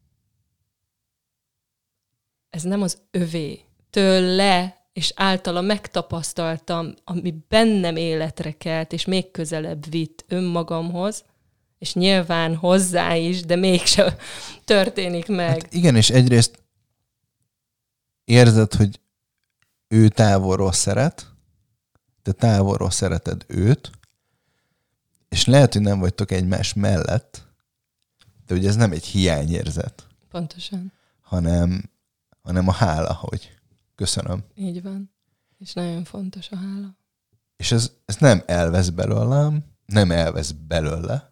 ez nem az övé. Tőle és általa megtapasztaltam, ami bennem életre kelt, és még közelebb vitt önmagamhoz, és nyilván hozzá is, de mégse történik meg. Hát igen, és egyrészt érzed, hogy ő távolról szeret, te távolról szereted őt, és lehet, hogy nem vagytok egymás mellett, de ugye ez nem egy hiányérzet. Pontosan. Hanem a hála, hogy köszönöm. Így van. És nagyon fontos a hála. És ez nem elvesz belőlem, nem elvesz belőle,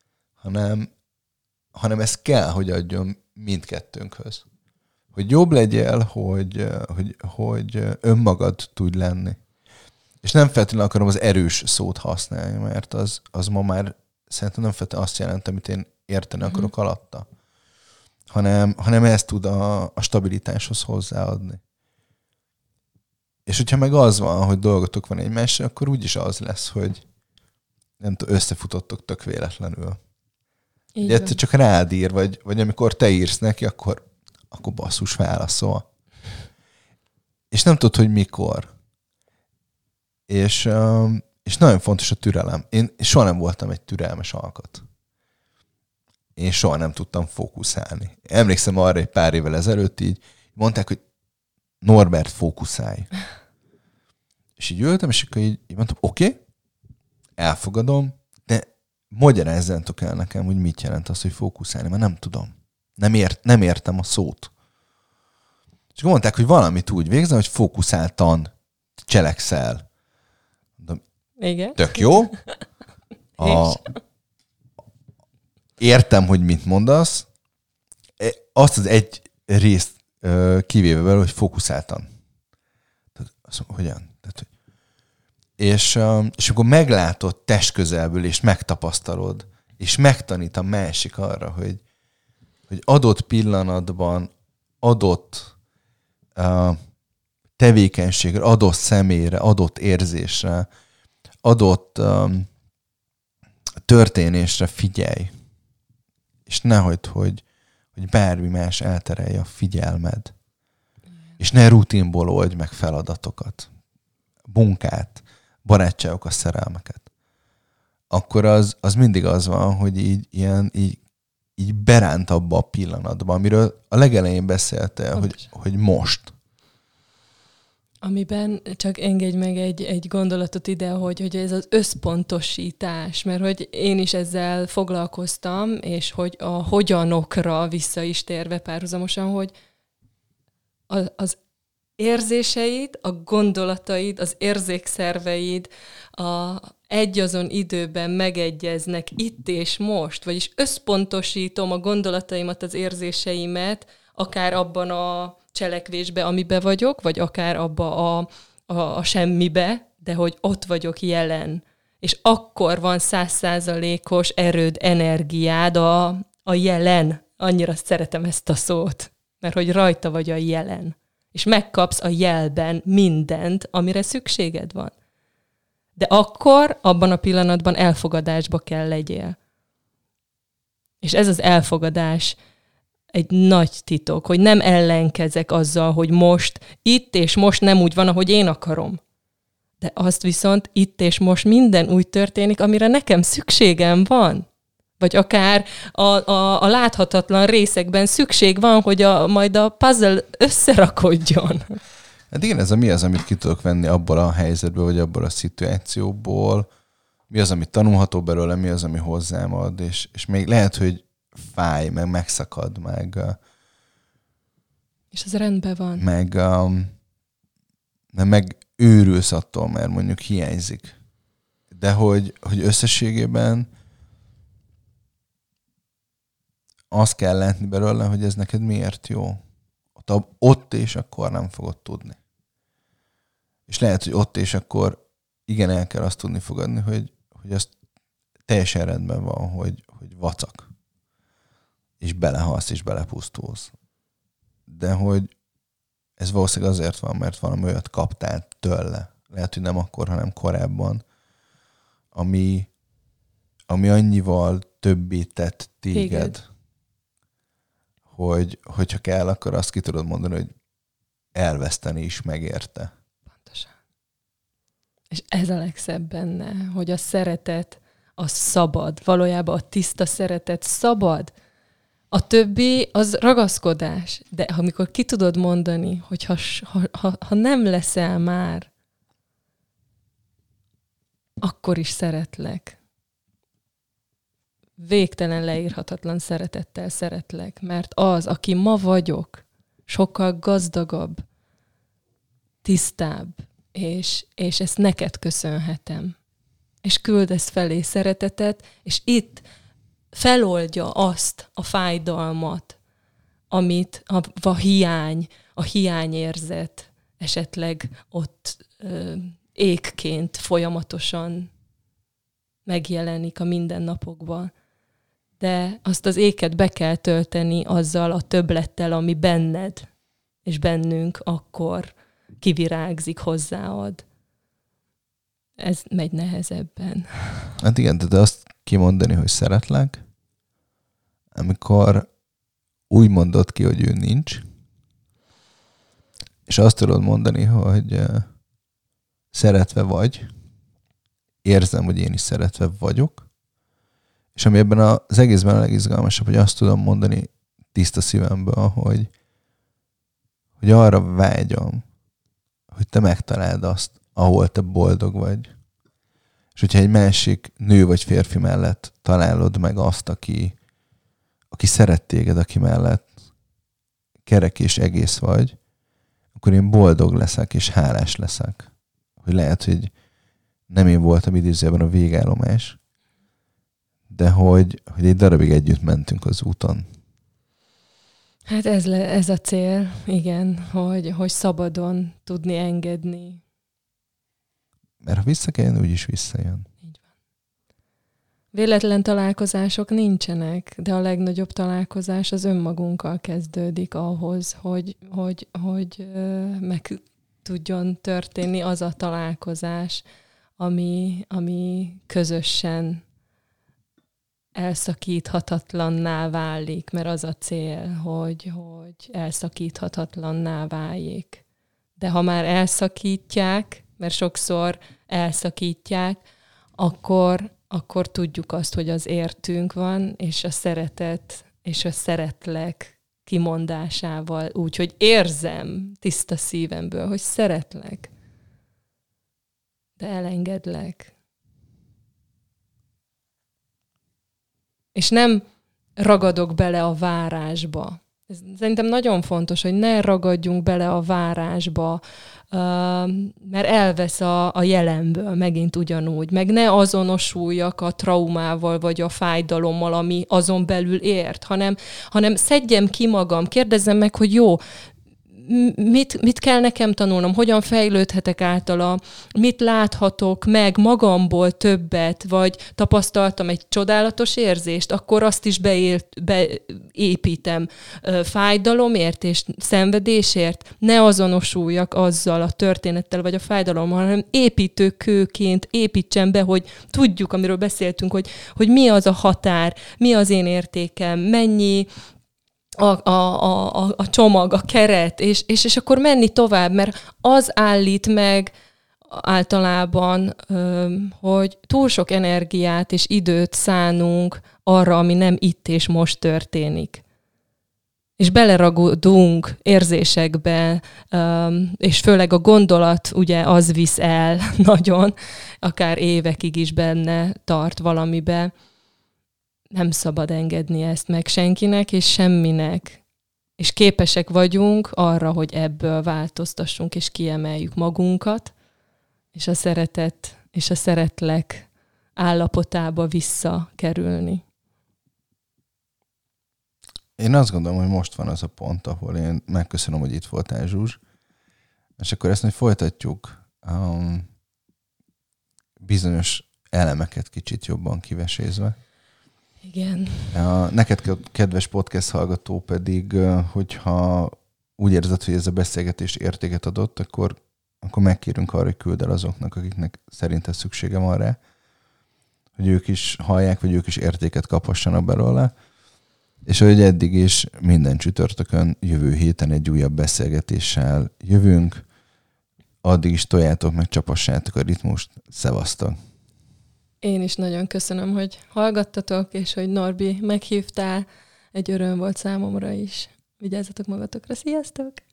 hanem ez kell, hogy adjon mindkettőnkhöz. Hogy jobb legyél, hogy önmagad tudj lenni. És nem feltétlenül akarom az erős szót használni, mert az ma már szerintem nem feltétlenül azt jelent, amit én érteni akarok alatta. Hanem ezt tud a stabilitáshoz hozzáadni. És hogyha meg az van, hogy dolgotok van egymással, akkor úgyis az lesz, hogy nem tudom, összefutottok tök véletlenül. Ugye te csak rád ír, vagy amikor te írsz neki, akkor basszus válaszol. És nem tudod, hogy mikor. És nagyon fontos a türelem. Én soha nem voltam egy türelmes alkat. Én soha nem tudtam fókuszálni. Emlékszem arra egy pár évvel ezelőtt így mondták, hogy Norbert, fókuszálj. És így ültem, és akkor így mondtam, oké, elfogadom, de magyarázzátok el nekem, hogy mit jelent az, hogy fókuszálni, mert nem tudom. Nem értem a szót. És mondták, hogy valamit úgy végzel, hogy fókuszáltan cselekszel. Mondom, igen. Tök jó. Értem, hogy mit mondasz. Azt az egy részt kivéve belőle, hogy fókuszáltan. Tehát azt mondom, hogyan? Tehát, és akkor meglátod testközelből, és megtapasztalod, és megtanít a másik arra, hogy adott pillanatban, adott tevékenységre, adott személyre, adott érzésre, adott történésre figyelj. És nehogy, hogy bármi más elterelje a figyelmed. És ne rutinból oldj meg feladatokat, munkát, barátságokat, szerelmeket. Akkor az mindig az van, hogy így beránt abba a pillanatba, amiről a legelején beszéltél, hogy most. Amiben csak engedj meg egy gondolatot ide, hogy ez az összpontosítás, mert hogy én is ezzel foglalkoztam, és hogy a hogyanokra vissza is térve párhuzamosan, hogy az érzéseid, a gondolataid, az érzékszerveid egyazon időben megegyeznek itt és most, vagyis összpontosítom a gondolataimat, az érzéseimet, akár abban a cselekvésbe, amibe vagyok, vagy akár abba a semmibe, de hogy ott vagyok jelen. És akkor van 100%-os erőd, energiád a jelen. Annyira szeretem ezt a szót, mert hogy rajta vagy a jelen. És megkapsz a jelben mindent, amire szükséged van. De akkor, abban a pillanatban elfogadásba kell legyél. És ez az elfogadás egy nagy titok, hogy nem ellenkezek azzal, hogy most, itt és most nem úgy van, ahogy én akarom. De azt viszont itt és most minden úgy történik, amire nekem szükségem van. Vagy akár a láthatatlan részekben szükség van, hogy majd a puzzle összerakodjon. Hát igen, mi az, amit ki tudok venni abból a helyzetből, vagy abból a szituációból, mi az, amit tanulható belőle, mi az, ami hozzám ad, és még lehet, hogy fáj, meg megszakad, és ez rendben van. Meg őrülsz attól, mert mondjuk hiányzik. De hogy összességében azt kell látni belőle, hogy ez neked miért jó. Ott és akkor nem fogod tudni. És lehet, hogy ott és akkor igen, el kell azt tudni fogadni, hogy az teljesen rendben van, hogy vacak. És belehalsz, és belepusztulsz. De hogy ez valószínűleg azért van, mert valami olyat kaptál tőle. Lehet, hogy nem akkor, hanem korábban, ami annyival többé tett téged. Hogyha kell, akkor azt ki tudod mondani, hogy elveszteni is megérte. Pontosan. És ez a legszebb benne, hogy a szeretet, a szabad, valójában a tiszta szeretet szabad. A többi az ragaszkodás. De amikor ki tudod mondani, hogy ha nem leszel már, akkor is szeretlek. Végtelen leírhatatlan szeretettel szeretlek, mert az, aki ma vagyok, sokkal gazdagabb, tisztább, és ezt neked köszönhetem. És küldesz felé szeretetet, és itt feloldja azt a fájdalmat, amit a hiányérzet esetleg ott égként folyamatosan megjelenik a mindennapokban. De azt az éket be kell tölteni azzal a többlettel, ami benned és bennünk akkor kivirágzik, hozzáad. Ez megy nehezebben. Hát igen, de azt kimondani, hogy szeretlek, amikor úgy mondod ki, hogy ő nincs, és azt tudod mondani, hogy szeretve vagy, érzem, hogy én is szeretve vagyok, és ami ebben az egészben a legizgalmasabb, hogy azt tudom mondani tiszta szívemből, hogy arra vágyom, hogy te megtaláld azt, ahol te boldog vagy. És hogyha egy másik nő vagy férfi mellett találod meg azt, aki szeret téged, aki mellett kerek és egész vagy, akkor én boldog leszek, és hálás leszek. Hogy lehet, hogy nem én voltam idézőjelben a végállomás, de hogy egy darabig együtt mentünk az úton. Hát ez a cél, igen, hogy szabadon tudni engedni. Mert ha vissza kell jönni, úgyis visszajön. Így van. Véletlen találkozások nincsenek, de a legnagyobb találkozás az önmagunkkal kezdődik ahhoz, hogy meg tudjon történni az a találkozás, ami közösen elszakíthatatlanná válik, mert az a cél, hogy elszakíthatatlanná váljék. De ha már elszakítják, mert sokszor elszakítják, akkor tudjuk azt, hogy az értünk van, és a szeretet, és a szeretlek kimondásával, úgy, hogy érzem tiszta szívemből, hogy szeretlek, de elengedlek. És nem ragadok bele a várásba. Ez szerintem nagyon fontos, hogy ne ragadjunk bele a várásba, mert elvesz a jelenből megint ugyanúgy. Meg ne azonosuljak a traumával, vagy a fájdalommal, ami azon belül ért, hanem szedjem ki magam, kérdezzem meg, hogy jó, mit kell nekem tanulnom, hogyan fejlődhetek általa, mit láthatok meg magamból többet, vagy tapasztaltam egy csodálatos érzést, akkor azt is beépítem fájdalomért és szenvedésért. Ne azonosuljak azzal a történettel, vagy a fájdalommal, hanem építőkőként építsen be, hogy tudjuk, amiről beszéltünk, hogy mi az a határ, mi az én értékem, mennyi a csomag, a keret, és akkor menni tovább, mert az állít meg általában, hogy túl sok energiát és időt szánunk arra, ami nem itt és most történik. És beleragadunk érzésekbe, és főleg a gondolat ugye az visz el nagyon, akár évekig is benne tart valamibe. Nem szabad engedni ezt meg senkinek és semminek. És képesek vagyunk arra, hogy ebből változtassunk és kiemeljük magunkat, és a szeretet és a szeretlek állapotába visszakerülni. Én azt gondolom, hogy most van az a pont, ahol én megköszönöm, hogy itt voltál, Zsuzs, és akkor ezt majd folytatjuk bizonyos elemeket kicsit jobban kivesézve. Igen. Neked, kedves podcast hallgató pedig, hogyha úgy érzed, hogy ez a beszélgetés értéket adott, akkor megkérünk arra, hogy küld el azoknak, akiknek szerinted szüksége van rá, hogy ők is hallják, vagy ők is értéket kaphassanak belőle. És ahogy eddig is, minden csütörtökön, jövő héten egy újabb beszélgetéssel jövünk. Addig is toljátok meg, csapassátok a ritmust. Szevasztok! Én is nagyon köszönöm, hogy hallgattatok, és hogy Norbi meghívtál. Egy öröm volt számomra is. Vigyázzatok magatokra. Sziasztok!